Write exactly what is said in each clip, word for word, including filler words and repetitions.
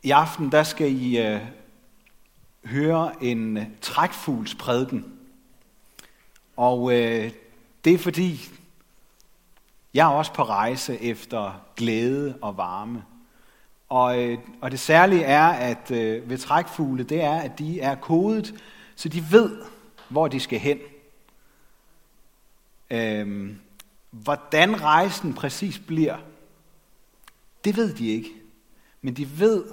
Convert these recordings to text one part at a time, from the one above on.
I aften der skal I øh, høre en trækfuglsprædiken. Og øh, det er fordi, jeg er også på rejse efter glæde og varme. Og, øh, og det særlige er, at øh, ved trækfugle, det er, at de er kodet, så de ved, hvor de skal hen. Øh, hvordan rejsen præcis bliver, det ved de ikke. Men de ved,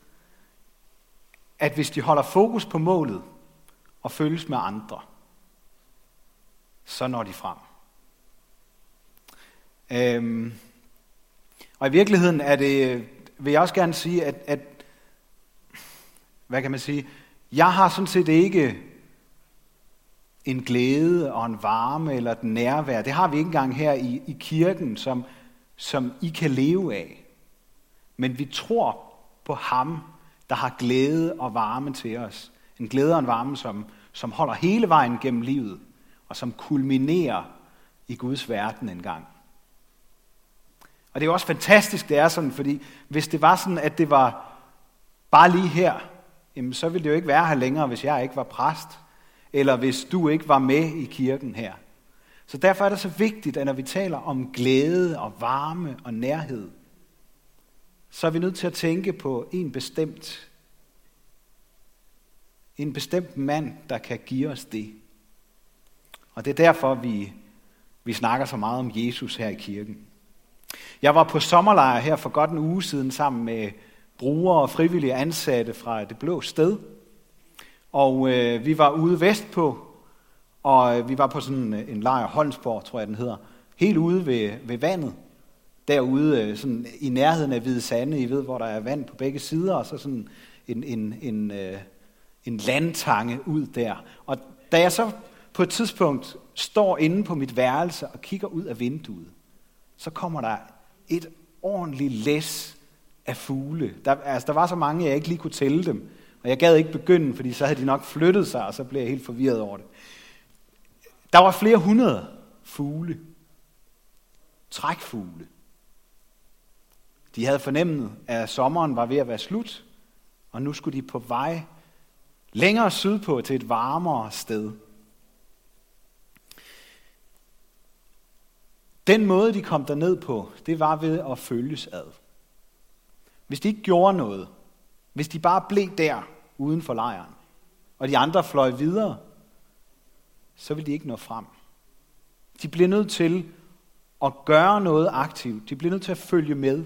at hvis de holder fokus på målet og følges med andre, så når de frem. Øhm, og i virkeligheden er det, vil jeg også gerne sige, at, at hvad kan man sige, jeg har sådan set ikke en glæde og en varme eller et nærvær. Det har vi ikke engang her i, i kirken, som, som I kan leve af. Men vi tror på ham, der har glæde og varme til os. En glæde og en varme, som, som holder hele vejen gennem livet, og som kulminerer i Guds verden en gang. Og det er jo også fantastisk, det er sådan, fordi hvis det var sådan, at det var bare lige her, jamen så ville det jo ikke være her længere, hvis jeg ikke var præst, eller hvis du ikke var med i kirken her. Så derfor er det så vigtigt, at når vi taler om glæde og varme og nærhed, så er vi nødt til at tænke på en bestemt, en bestemt mand, der kan give os det. Og det er derfor, vi, vi snakker så meget om Jesus her i kirken. Jeg var på sommerlejr her for godt en uge siden sammen med brugere og frivillige ansatte fra Det Blå Sted. Og øh, vi var ude vestpå, og vi var på sådan en lejr, Holmsborg tror jeg den hedder, helt ude ved, ved vandet. Derude sådan i nærheden af Hvide Sande, I ved, hvor der er vand på begge sider, og så sådan en, en, en, øh, en landtange ud der. Og da jeg så på et tidspunkt står inde på mit værelse og kigger ud af vinduet, så kommer der et ordentligt læs af fugle. Der, altså, der var så mange, jeg ikke lige kunne tælle dem, og jeg gad ikke begynde, fordi så havde de nok flyttet sig, og så blev jeg helt forvirret over det. Der var flere hundrede fugle. Trækfugle. De havde fornemmet, at sommeren var ved at være slut, og nu skulle de på vej længere sydpå til et varmere sted. Den måde, de kom derned på, det var ved at følges ad. Hvis de ikke gjorde noget, hvis de bare blev der uden for lejren, og de andre fløj videre, så ville de ikke nå frem. De blev nødt til at gøre noget aktivt. De blev nødt til at følge med.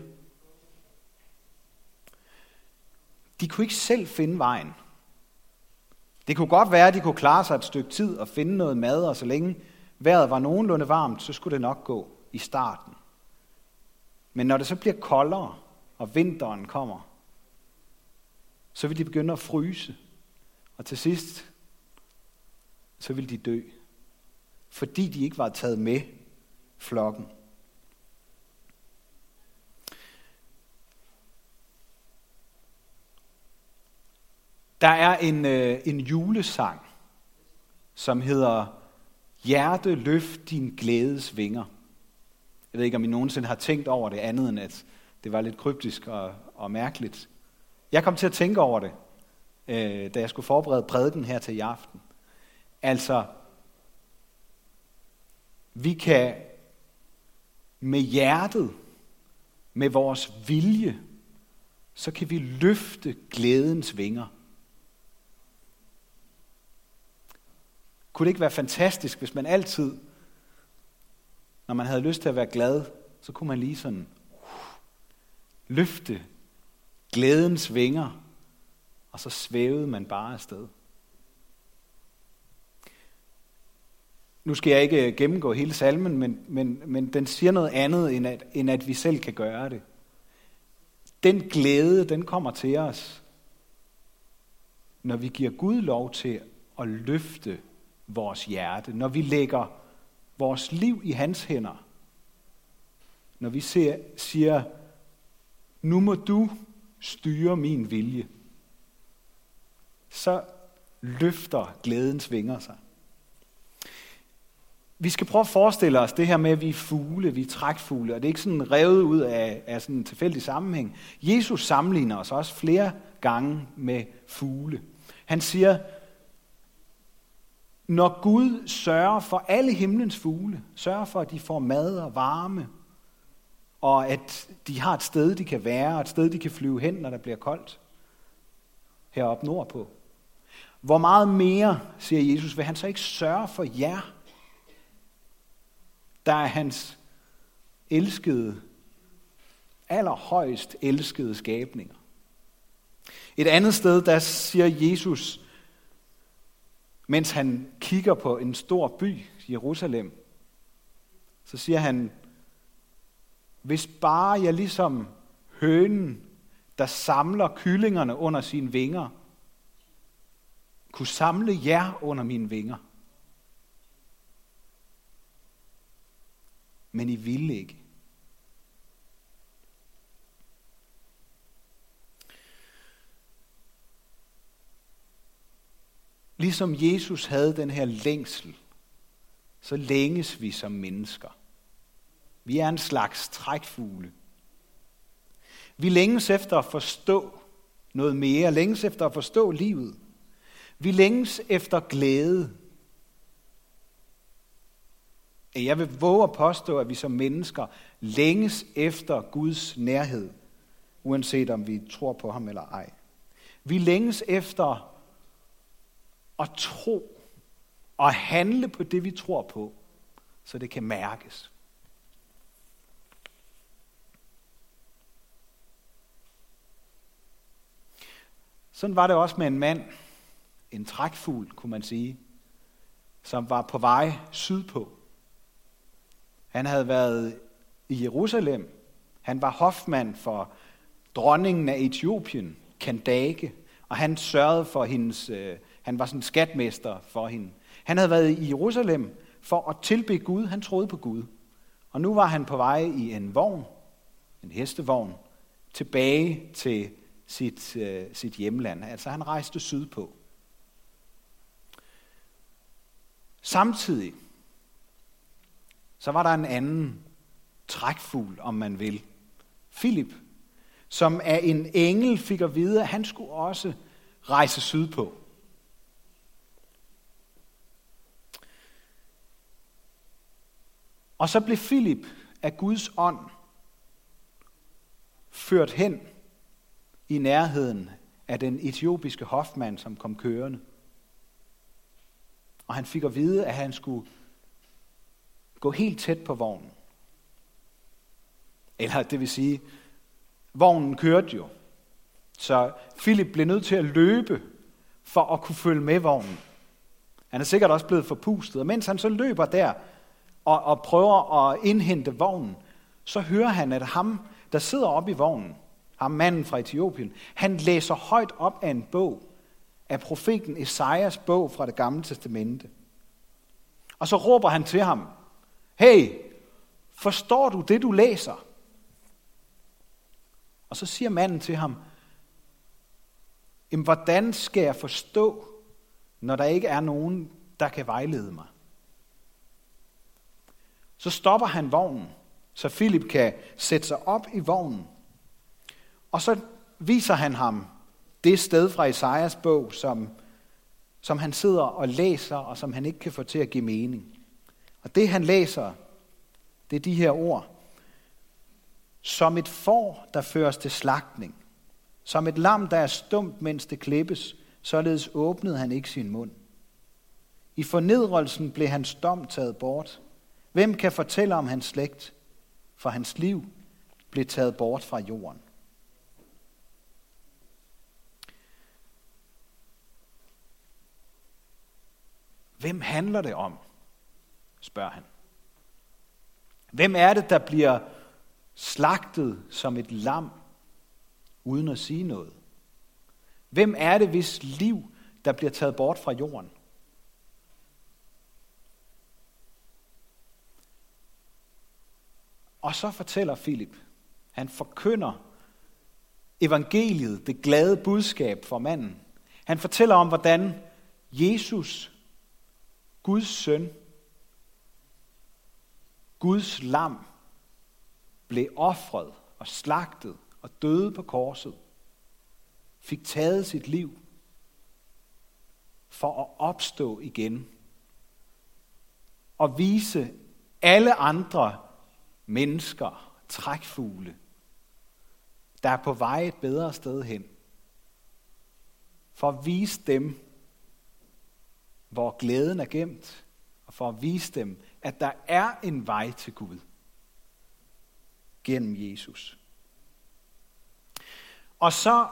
De kunne ikke selv finde vejen. Det kunne godt være, at de kunne klare sig et stykke tid og finde noget mad, og så længe vejret var nogenlunde varmt, så skulle det nok gå i starten. Men når det så bliver koldere, og vinteren kommer, så vil de begynde at fryse. Og til sidst, så vil de dø. Fordi de ikke var taget med flokken. Der er en, øh, en julesang, som hedder Hjerte, løft din glædes vinger. Jeg ved ikke, om I nogensinde har tænkt over det andet, end at det var lidt kryptisk og, og mærkeligt. Jeg kom til at tænke over det, øh, da jeg skulle forberede prædiken her til i aften. Altså, vi kan med hjertet, med vores vilje, så kan vi løfte glædens vinger. Kunne det ikke være fantastisk, hvis man altid, når man havde lyst til at være glad, så kunne man lige sådan uh, løfte glædens vinger, og så svævede man bare afsted. Nu skal jeg ikke gennemgå hele salmen, men, men, men den siger noget andet, end at, end at vi selv kan gøre det. Den glæde, den kommer til os, når vi giver Gud lov til at løfte vores hjerte, når vi lægger vores liv i hans hænder, når vi ser, siger, nu må du styre min vilje, så løfter glædens vinger sig. Vi skal prøve at forestille os det her med, at vi er fugle, vi er trækfugle, og det er ikke sådan revet ud af, af sådan en tilfældig sammenhæng. Jesus sammenligner os også flere gange med fugle. Han siger, når Gud sørger for alle himlens fugle, sørger for, at de får mad og varme, og at de har et sted, de kan være, og et sted, de kan flyve hen, når der bliver koldt, heroppe nordpå. Hvor meget mere, siger Jesus, vil han så ikke sørge for jer, der er hans elskede, allerhøjst elskede skabninger. Et andet sted, der siger Jesus, mens han kigger på en stor by, Jerusalem, så siger han, hvis bare jeg ligesom hønen, der samler kyllingerne under sine vinger, kunne samle jer under mine vinger. Men I ville ikke. Ligesom Jesus havde den her længsel, så længes vi som mennesker. Vi er en slags trækfugle. Vi længes efter at forstå noget mere, længes efter at forstå livet. Vi længes efter glæde. Jeg vil våge at påstå, at vi som mennesker længes efter Guds nærhed, uanset om vi tror på ham eller ej. Vi længes efter at tro og handle på det, vi tror på, så det kan mærkes. Sådan var det også med en mand, en trækfugl, kunne man sige, som var på vej sydpå. Han havde været i Jerusalem. Han var hofmand for dronningen af Etiopien, Kandake, og han sørgede for hendes, øh, han var sådan skatmester for hende. Han havde været i Jerusalem for at tilbede Gud. Han troede på Gud. Og nu var han på vej i en vogn, en hestevogn, tilbage til sit, øh, sit hjemland. Altså han rejste sydpå. Samtidig så var der en anden trækfugl, om man vil. Filip, som af en engel fik at vide, at han skulle også rejse sydpå. Og så blev Filip af Guds ånd ført hen i nærheden af den etiopiske hofmand, som kom kørende. Og han fik at vide, at han skulle gå helt tæt på vognen. Eller det vil sige, vognen kørte jo. Så Filip blev nødt til at løbe for at kunne følge med vognen. Han er sikkert også blevet forpustet. Og mens han så løber der og, og prøver at indhente vognen, så hører han, at ham, der sidder oppe i vognen, ham manden fra Etiopien, han læser højt op af en bog, af profeten Esajas bog fra det gamle testamente. Og så råber han til ham, hey, forstår du det, du læser? Og så siger manden til ham, jamen, hvordan skal jeg forstå, når der ikke er nogen, der kan vejlede mig? Så stopper han vognen, så Filip kan sætte sig op i vognen. Og så viser han ham det sted fra Esajas bog, som, som han sidder og læser, og som han ikke kan få til at give mening. Og det han læser, det er de her ord. Som et får, der føres til slagtning. Som et lam, der er stumt, mens det klippes, således åbnede han ikke sin mund. I fornedrelsen blev hans dom taget bort. Hvem kan fortælle om hans slægt? For hans liv blev taget bort fra jorden. Hvem handler det om? Spørger han. Hvem er det, der bliver slagtet som et lam, uden at sige noget? Hvem er det, hvis liv, der bliver taget bort fra jorden? Og så fortæller Filip, han forkynder evangeliet, det glade budskab for manden. Han fortæller om, hvordan Jesus, Guds søn, Guds lam blev ofret og slagtet og døde på korset, fik taget sit liv for at opstå igen og vise alle andre mennesker, trækfugle, der er på vej et bedre sted hen, for at vise dem, hvor glæden er gemt, og for at vise dem, at der er en vej til Gud gennem Jesus. Og så,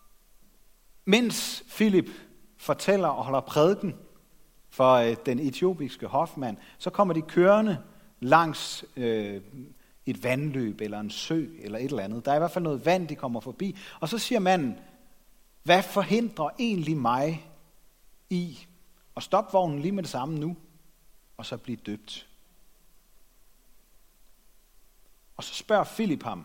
mens Filip fortæller og holder prædiken for øh, den etiopiske hofmand, så kommer de kørende langs øh, et vandløb eller en sø eller et eller andet. Der er i hvert fald noget vand, de kommer forbi. Og så siger manden, hvad forhindrer egentlig mig i at stoppe vognen lige med det samme nu, og så blive døbt? Og så spørger Filip ham,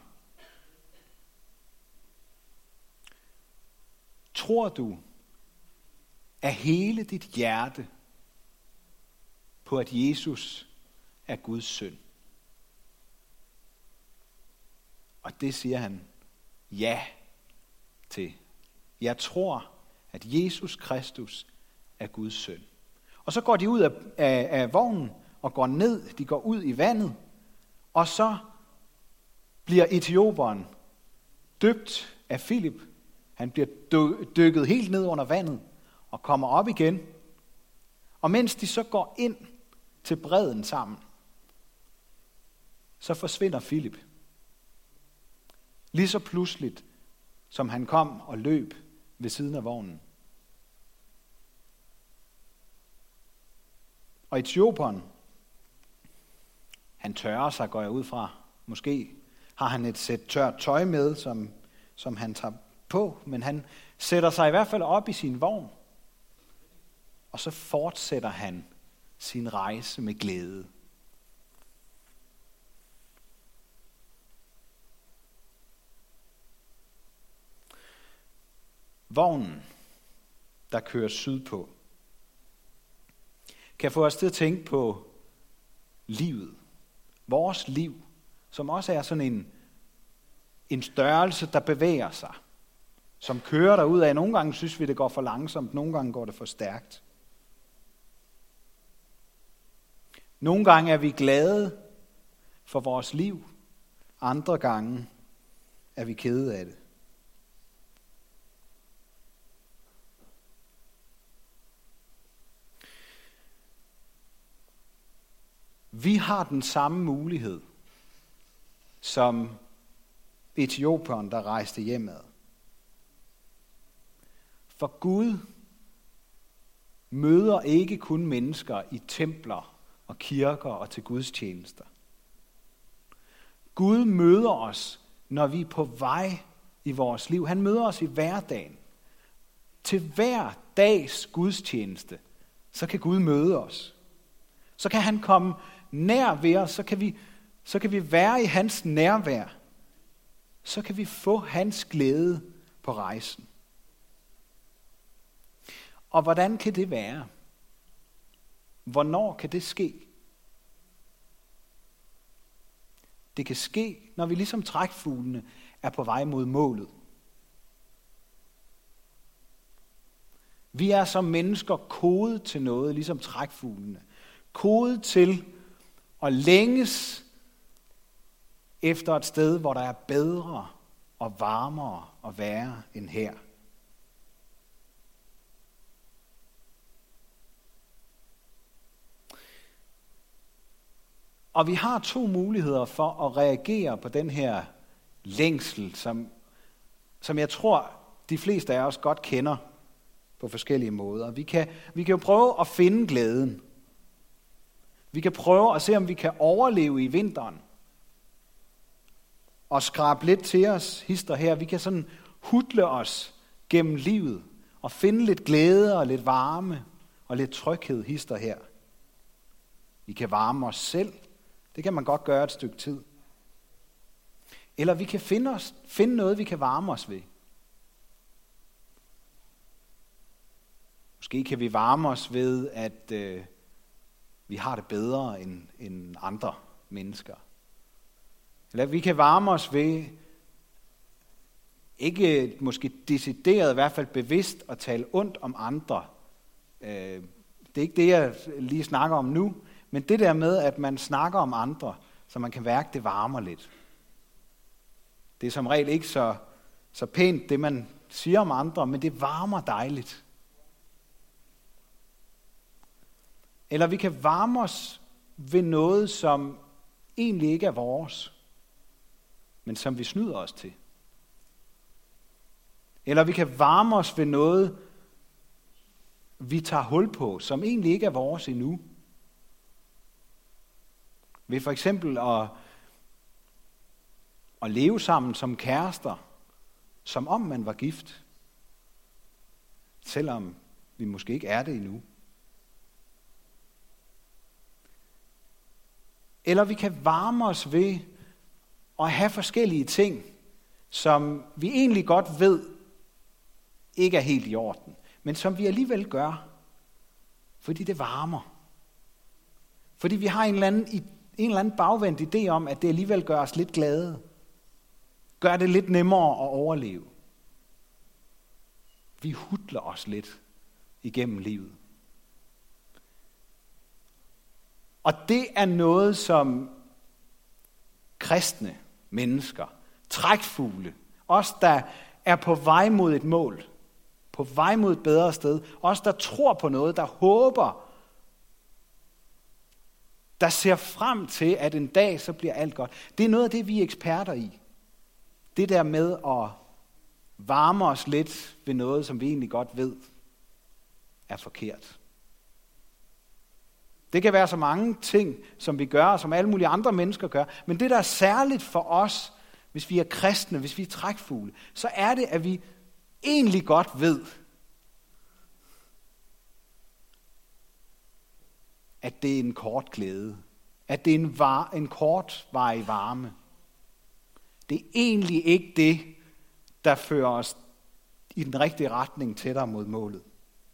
tror du af hele dit hjerte på, at Jesus er Guds søn? Og det siger han ja til. Jeg tror, at Jesus Kristus er Guds søn. Og så går de ud af, af, af vognen og går ned. De går ud i vandet. Og så bliver etioperen døbt af Filip. Han bliver dykket helt ned under vandet og kommer op igen. Og mens de så går ind til bredden sammen, så forsvinder Filip. Lige så pludseligt, som han kom og løb ved siden af vognen. Og etioperen, han tørrer sig, går jeg ud fra. Måske har han et sæt tørt tøj med, som, som han tager på, men han sætter sig i hvert fald op i sin vogn, og så fortsætter han sin rejse med glæde. Vognen, der kører sydpå, kan få os til at tænke på livet. Vores liv, som også er sådan en, en størrelse, der bevæger sig. Som kører derudad. Nogle gange synes vi, det går for langsomt. Nogle gange går det for stærkt. Nogle gange er vi glade for vores liv. Andre gange er vi kede af det. Vi har den samme mulighed som etioperen, der rejste hjemad. For Gud møder ikke kun mennesker i templer og kirker og til gudstjenester. Gud møder os, når vi er på vej i vores liv. Han møder os i hverdagen. Til hver dags gudstjeneste, så kan Gud møde os. Så kan han komme nær ved os, så kan vi, så kan vi være i hans nærvær. Så kan vi få hans glæde på rejsen. Og hvordan kan det være? Hvornår kan det ske? Det kan ske, når vi ligesom trækfuglene er på vej mod målet. Vi er som mennesker kodet til noget, ligesom trækfuglene. Kodet til at længes efter et sted, hvor der er bedre og varmere at være end her. Og vi har to muligheder for at reagere på den her længsel, som, som jeg tror, de fleste af os godt kender på forskellige måder. Vi kan, vi kan jo prøve at finde glæden. Vi kan prøve at se, om vi kan overleve i vinteren. Og skrabe lidt til os, hister her. Vi kan sådan hudle os gennem livet og finde lidt glæde og lidt varme og lidt tryghed, hister her. Vi kan varme os selv. Det kan man godt gøre et stykke tid. Eller vi kan finde, os, finde noget, vi kan varme os ved. Måske kan vi varme os ved, at øh, vi har det bedre end, end andre mennesker. Eller vi kan varme os ved, ikke måske decideret, i hvert fald bevidst, at tale ondt om andre. Det er ikke det, jeg lige snakker om nu, men det der med, at man snakker om andre, så man kan mærke, det varmer lidt. Det er som regel ikke så, så pænt, det man siger om andre, men det varmer dejligt. Eller vi kan varme os ved noget, som egentlig ikke er vores, men som vi snyder os til. Eller vi kan varme os ved noget, vi tager hul på, som egentlig ikke er vores endnu. Ved for eksempel at, at leve sammen som kærester, som om man var gift, selvom vi måske ikke er det endnu. Eller vi kan varme os ved at have forskellige ting, som vi egentlig godt ved ikke er helt i orden, men som vi alligevel gør, fordi det varmer. Fordi vi har en eller anden, en eller anden bagvendt idé om, at det alligevel gør os lidt glade. Gør det lidt nemmere at overleve. Vi hutler os lidt igennem livet. Og det er noget, som kristne mennesker, trækfugle, os der er på vej mod et mål, på vej mod et bedre sted, os der tror på noget, der håber, der ser frem til, at en dag så bliver alt godt. Det er noget af det, vi er eksperter i. Det der med at varme os lidt ved noget, som vi egentlig godt ved er forkert. Det kan være så mange ting, som vi gør, og som alle mulige andre mennesker gør, men det, der er særligt for os, hvis vi er kristne, hvis vi er trækfugle, så er det, at vi egentlig godt ved, at det er en kort glæde, at det er en, var, en kortvarig varme. Det er egentlig ikke det, der fører os i den rigtige retning tættere mod målet.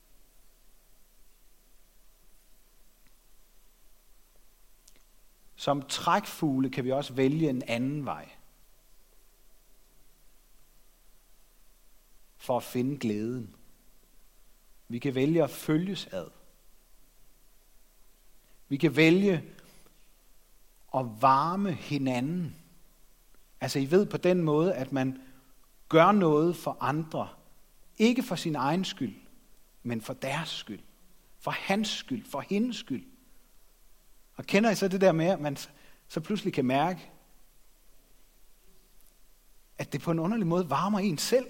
Som trækfugle kan vi også vælge en anden vej for at finde glæden. Vi kan vælge at følges ad. Vi kan vælge at varme hinanden. Altså I ved på den måde, at man gør noget for andre. Ikke for sin egen skyld, men for deres skyld. For hans skyld, for hendes skyld. Og kender I så det der med, at man så pludselig kan mærke, at det på en underlig måde varmer en selv?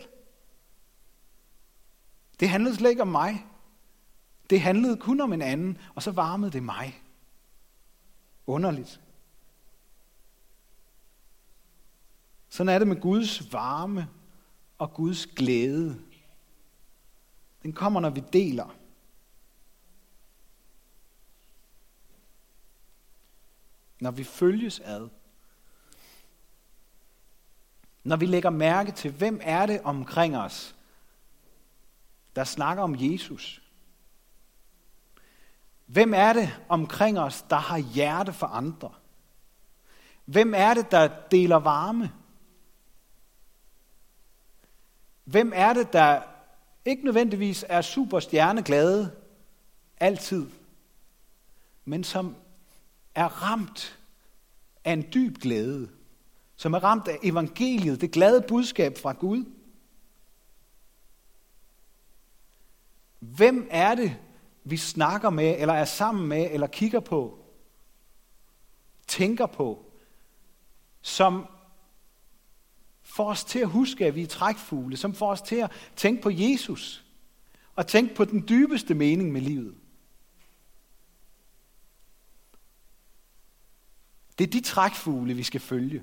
Det handlede slet ikke om mig. Det handlede kun om en anden, og så varmede det mig. Underligt. Sådan er det med Guds varme og Guds glæde. Den kommer, når vi deler. Når vi følges ad. Når vi lægger mærke til, hvem er det omkring os, der snakker om Jesus. Hvem er det omkring os, der har hjerte for andre? Hvem er det, der deler varme? Hvem er det, der ikke nødvendigvis er super stjerneglade altid, men som er ramt af en dyb glæde, som er ramt af evangeliet, det glade budskab fra Gud? Hvem er det, vi snakker med, eller er sammen med, eller kigger på, tænker på, som får os til at huske, at vi er trækfugle, som får os til at tænke på Jesus, og tænke på den dybeste mening med livet? Det er de trækfugle, vi skal følge.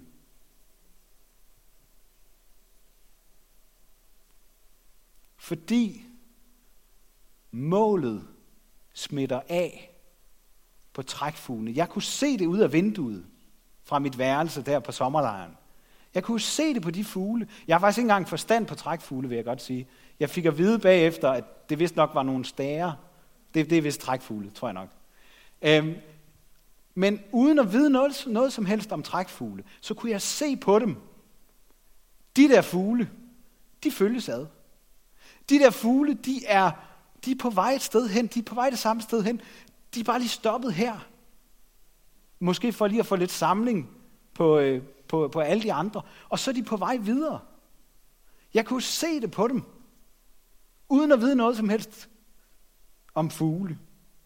Fordi målet smitter af på trækfuglene. Jeg kunne se det ud af vinduet fra mit værelse der på sommerlejren. Jeg kunne se det på de fugle. Jeg har faktisk ikke engang forstand på trækfugle, vil jeg godt sige. Jeg fik at vide bagefter, at det vist nok var nogle stære. Det, det er vist trækfugle, tror jeg nok. Øhm, Men uden at vide noget, noget som helst om trækfugle, så kunne jeg se på dem. De der fugle, de følges ad. De der fugle, de er, de er på vej et sted hen. De er på vej det samme sted hen. De er bare lige stoppet her. Måske for lige at få lidt samling på, øh, på, på alle de andre. Og så er de på vej videre. Jeg kunne se det på dem. Uden at vide noget som helst om fugle.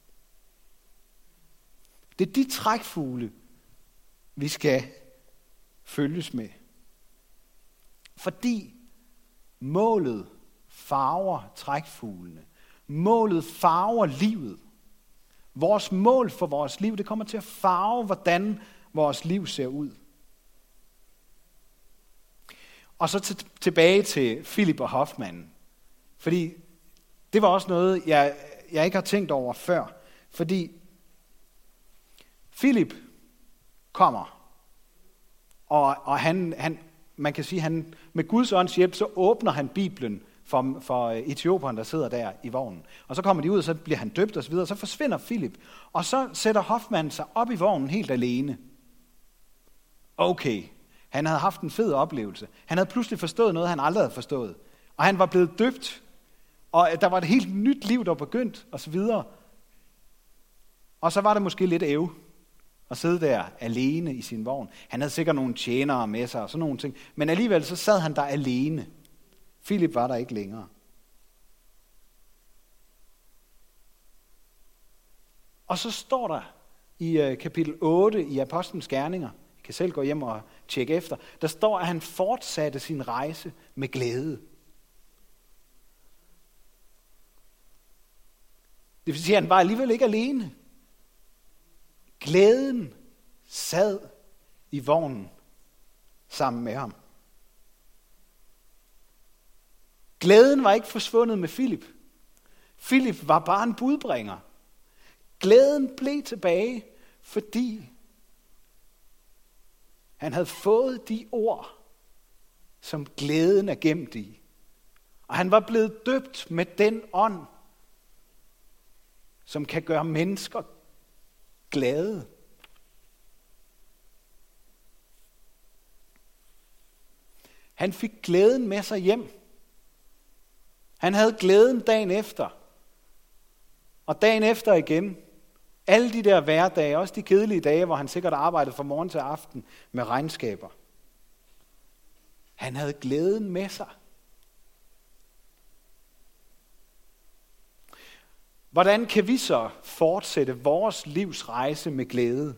Det er de trækfugle, vi skal følges med. Fordi målet farver trækfuglene. Målet farver livet. Vores mål for vores liv, det kommer til at farve, hvordan vores liv ser ud. Og så t- tilbage til Philip og hofmanden. Fordi det var også noget, jeg, jeg ikke har tænkt over før. Fordi Philip kommer, og, og han, han, man kan sige, han med Guds ånds hjælp, så åbner han Bibelen for, for etioperen, der sidder der i vognen. Og så kommer de ud, og så bliver han døbt og så videre, og så forsvinder Philip. Og så sætter hofmanden sig op i vognen helt alene. Okay, han havde haft en fed oplevelse. Han havde pludselig forstået noget, han aldrig havde forstået. Og han var blevet døbt, og der var et helt nyt liv, der var begyndt, og så videre. Og så var det måske lidt æv at sidde der alene i sin vogn. Han havde sikkert nogle tjenere med sig og sådan nogle ting. Men alligevel så sad han der alene. Philip var der ikke længere. Og så står der i kapitel otte i Apostlenes Gerninger, I kan selv gå hjem og tjekke efter, der står, at han fortsatte sin rejse med glæde. Det vil sige, at han var alligevel ikke alene. Glæden sad i vognen sammen med ham. Glæden var ikke forsvundet med Philip. Philip var bare en budbringer. Glæden blev tilbage, fordi han havde fået de ord, som glæden er gemt i. Og han var blevet døbt med den ånd, som kan gøre mennesker glade. Han fik glæden med sig hjem. Han havde glæden dagen efter. Og dagen efter igen. Alle de der hverdage, også de kedelige dage, hvor han sikkert arbejdede fra morgen til aften med regnskaber. Han havde glæden med sig. Hvordan kan vi så fortsætte vores livs rejse med glæde?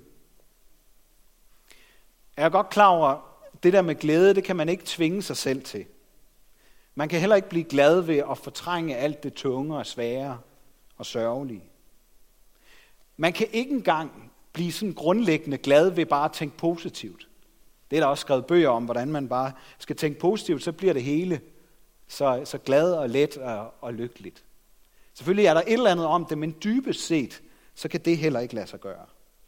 Jeg er godt klar over, det der med glæde, det kan man ikke tvinge sig selv til. Man kan heller ikke blive glad ved at fortrænge alt det tunge og svære og sørgelige. Man kan ikke engang blive sådan grundlæggende glad ved bare at tænke positivt. Det er der også skrevet bøger om, hvordan man bare skal tænke positivt, så bliver det hele så, så glad og let og, og lykkeligt. Selvfølgelig er der et eller andet om det, men dybest set, så kan det heller ikke lade sig gøre.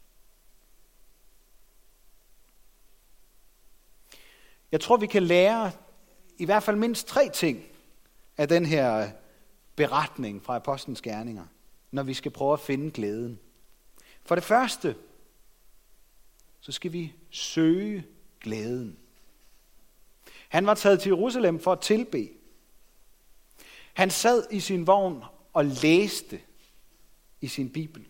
Jeg tror, vi kan lære i hvert fald mindst tre ting af den her beretning fra Apostlenes Gerninger, når vi skal prøve at finde glæden. For det første, så skal vi søge glæden. Han var taget til Jerusalem for at tilbede. Han sad i sin vogn og læste i sin bibel.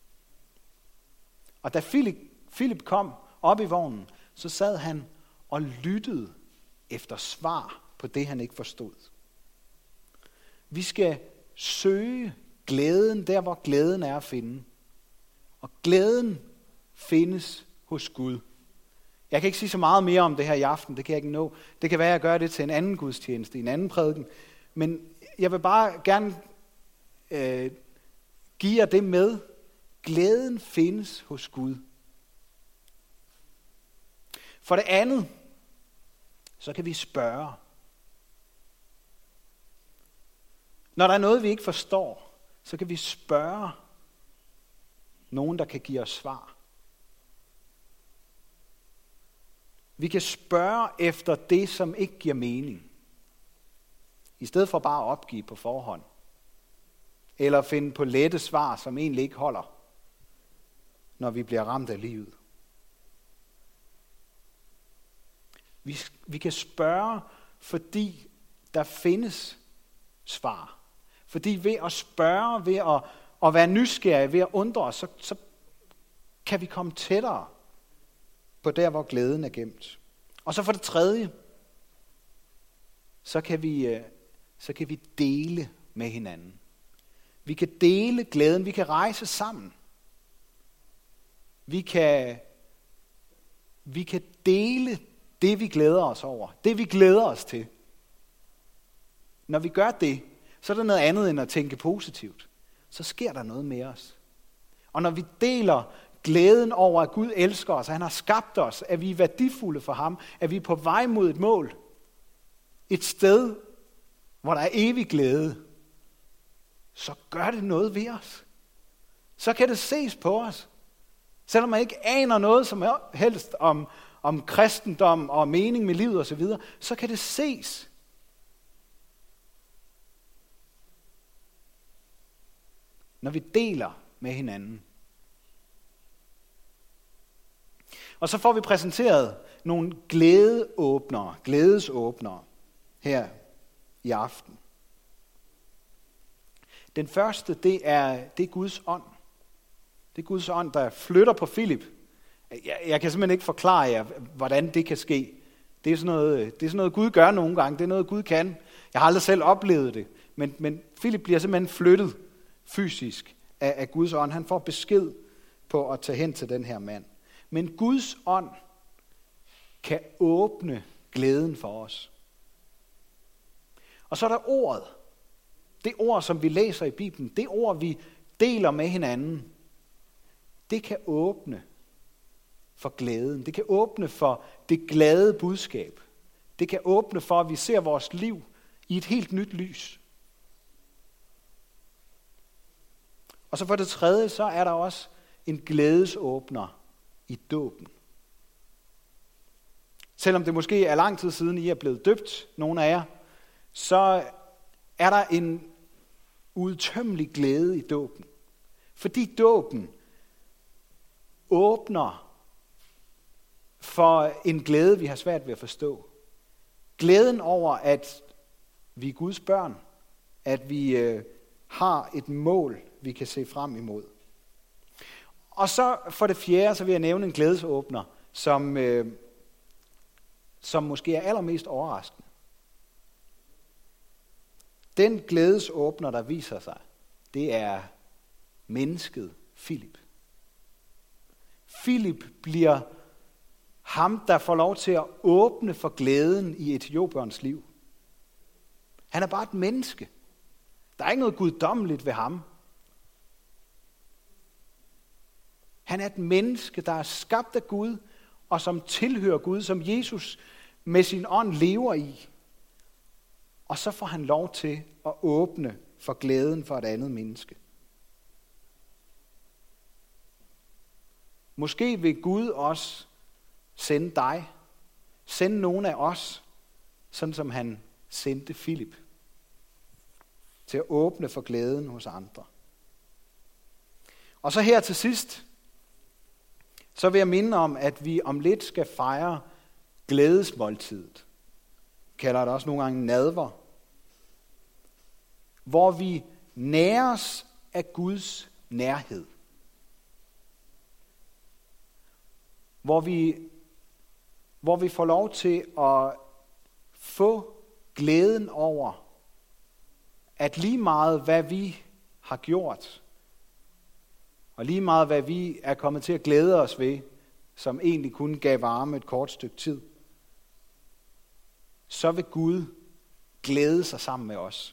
Og da Philip, Philip kom op i vognen, så sad han og lyttede efter svar på det, han ikke forstod. Vi skal søge glæden der, hvor glæden er at finde. Og glæden findes hos Gud. Jeg kan ikke sige så meget mere om det her i aften, det kan jeg ikke nå. Det kan være, at jeg gør det til en anden gudstjeneste, i en anden prædiken. Men jeg vil bare gerne øh, give jer det med. Glæden findes hos Gud. For det andet, så kan vi spørge. Når der er noget, vi ikke forstår, så kan vi spørge nogen, der kan give os svar. Vi kan spørge efter det, som ikke giver mening. I stedet for bare at opgive på forhånd. Eller finde på lette svar, som egentlig ikke holder. når vi bliver ramt af livet. Vi, vi kan spørge, fordi der findes svar. Fordi ved at spørge, ved at, at være nysgerrige, ved at undre os, så, så kan vi komme tættere på der, hvor glæden er gemt. Og så for det tredje, så kan vi, så kan vi dele med hinanden. Vi kan dele glæden, vi kan rejse sammen. Vi kan, vi kan dele det, vi glæder os over. Det, vi glæder os til. Når vi gør det, så er der noget andet end at tænke positivt. Så sker der noget med os. Og når vi deler glæden over, at Gud elsker os, at han har skabt os, at vi er værdifulde for ham, at vi er på vej mod et mål, et sted, hvor der er evig glæde, så gør det noget ved os. Så kan det ses på os. Selvom man ikke aner noget som helst om, om kristendom og mening med livet osv., så, så kan det ses. Når vi deler med hinanden. Og så får vi præsenteret nogle glædeåbnere, glædesåbnere her i aften. Den første, det er, det er Guds ånd. Det er Guds ånd, der flytter på Filip. Jeg, jeg kan simpelthen ikke forklare jer, hvordan det kan ske. Det er, sådan noget, det er sådan noget, Gud gør nogle gange. Det er noget, Gud kan. Jeg har aldrig selv oplevet det. Men, men Filip bliver simpelthen flyttet fysisk af, af Guds ånd. Han får besked på at tage hen til den her mand. Men Guds ånd kan åbne glæden for os. Og så er der ordet. Det ord, som vi læser i Bibelen, det ord, vi deler med hinanden, det kan åbne for glæden. Det kan åbne for det glade budskab. Det kan åbne for, at vi ser vores liv i et helt nyt lys. Og så for det tredje, så er der også en glædesåbner i dåben. Selvom det måske er lang tid siden, I er blevet døbt, nogle af jer, så er der en udtømmelig glæde i dåben. Fordi dåben åbner for en glæde, vi har svært ved at forstå. Glæden over, at vi er Guds børn, at vi øh, har et mål, vi kan se frem imod. Og så for det fjerde, så vil jeg nævne en glædesåbner, som, øh, som måske er allermest overraskende. Den glædesåbner, der viser sig, det er mennesket Filip. Filip bliver ham, der får lov til at åbne for glæden i Etiopiernes liv. Han er bare et menneske. Der er ikke noget guddommeligt ved ham. Han er et menneske, der er skabt af Gud, og som tilhører Gud, som Jesus med sin ånd lever i. Og så får han lov til at åbne for glæden for et andet menneske. Måske vil Gud også sende dig, sende nogen af os, sådan som han sendte Filip, til at åbne for glæden hos andre. Og så her til sidst, så vil jeg minde om, at vi om lidt skal fejre glædesmåltidet. Vi kalder det også nogle gange nadver. Hvor vi næres af Guds nærhed. Hvor vi, hvor vi får lov til at få glæden over, at lige meget hvad vi har gjort, og lige meget hvad vi er kommet til at glæde os ved, som egentlig kun gav varme et kort stykke tid, så vil Gud glæde sig sammen med os.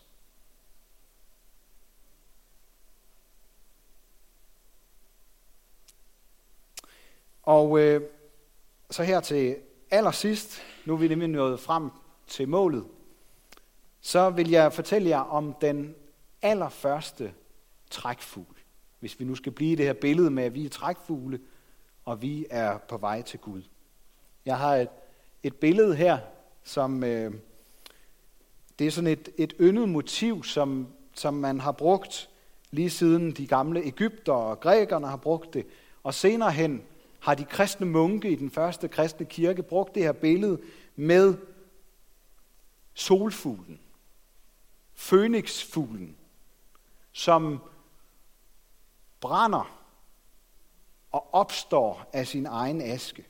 Og øh, så her til allersidst, nu er vi nemlig nået frem til målet, så vil jeg fortælle jer om den allerførste trækfugl. Hvis vi nu skal blive i det her billede med, at vi er trækfugle, og vi er på vej til Gud. Jeg har et, et billede her, som øh, det er sådan et, et yndet motiv, som, som man har brugt lige siden de gamle egyptere og grækerne har brugt det. Og senere hen har de kristne munke i den første kristne kirke brugt det her billede med solfuglen, fønixfuglen, som brænder og opstår af sin egen aske.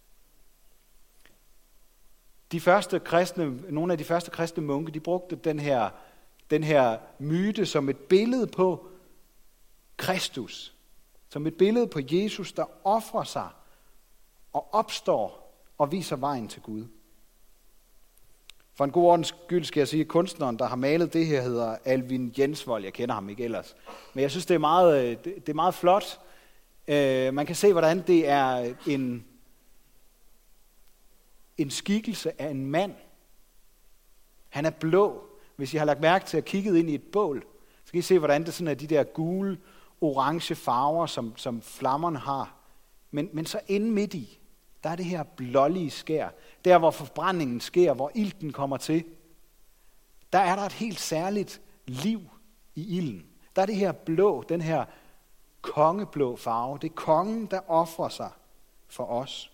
De første kristne, nogle af de første kristne munke, de brugte den her, den her myte som et billede på Kristus, som et billede på Jesus, der ofrer sig og opstår og viser vejen til Gud. For en god ordens skyld skal jeg sige, at kunstneren, der har malet det her, hedder Alvin Jensvold. Jeg kender ham ikke ellers. Men jeg synes, det er meget, det er meget flot. Man kan se, hvordan det er en, en skikkelse af en mand. Han er blå. Hvis I har lagt mærke til at kigge ind i et bål, så kan I se, hvordan det sådan er de der gule, orange farver, som, som flammerne har. Men, men så inde midt i, der er det her blålige skær. Der, hvor forbrændingen sker, hvor ilten kommer til. Der er der et helt særligt liv i ilden. Der er det her blå, den her kongeblå farve. Det er kongen, der ofrer sig for os.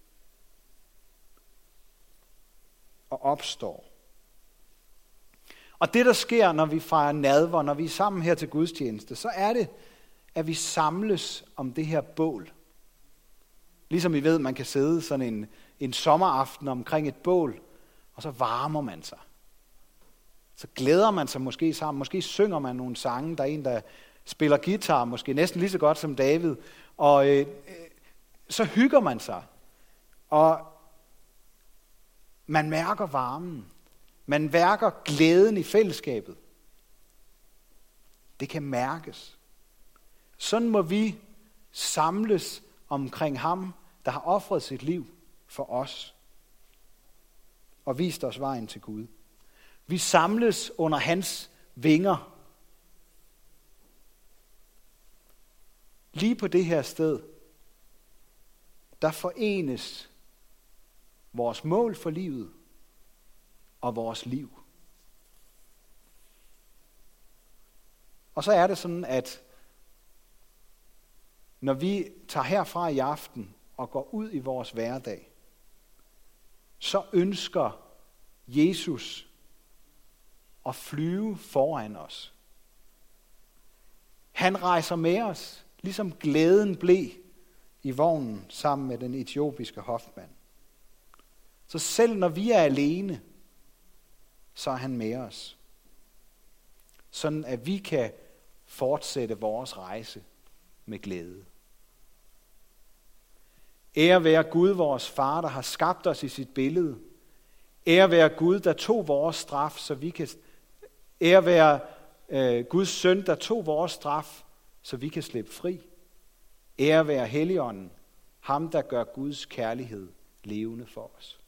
Og opstår. Og det, der sker, når vi fejrer nadver, når vi er sammen her til gudstjeneste, så er det, at vi samles om det her bål. Ligesom I ved, man kan sidde sådan en, en sommeraften omkring et bål, og så varmer man sig. Så glæder man sig måske sammen. Måske synger man nogle sange. Der er en, der spiller guitar, måske næsten lige så godt som David. Og øh, så hygger man sig. Og man mærker varmen. Man mærker glæden i fællesskabet. Det kan mærkes. Sådan må vi samles omkring ham, der har ofret sit liv for os og vist os vejen til Gud. Vi samles under hans vinger. Lige på det her sted, der forenes vores mål for livet og vores liv. Og så er det sådan, at når vi tager herfra i aften og går ud i vores hverdag, så ønsker Jesus at flyve foran os. Han rejser med os, ligesom glæden blev i vognen sammen med den etiopiske hofmand. Så selv når vi er alene, så er han med os. Sådan at vi kan fortsætte vores rejse med glæde. Ære være Gud, vores far, der har skabt os i sit billede. Ære være Gud, der tog vores straf, så vi kan... Ære være øh, Guds søn, der tog vores straf, så vi kan slippe fri. Ære være Helligånden, ham der gør Guds kærlighed levende for os.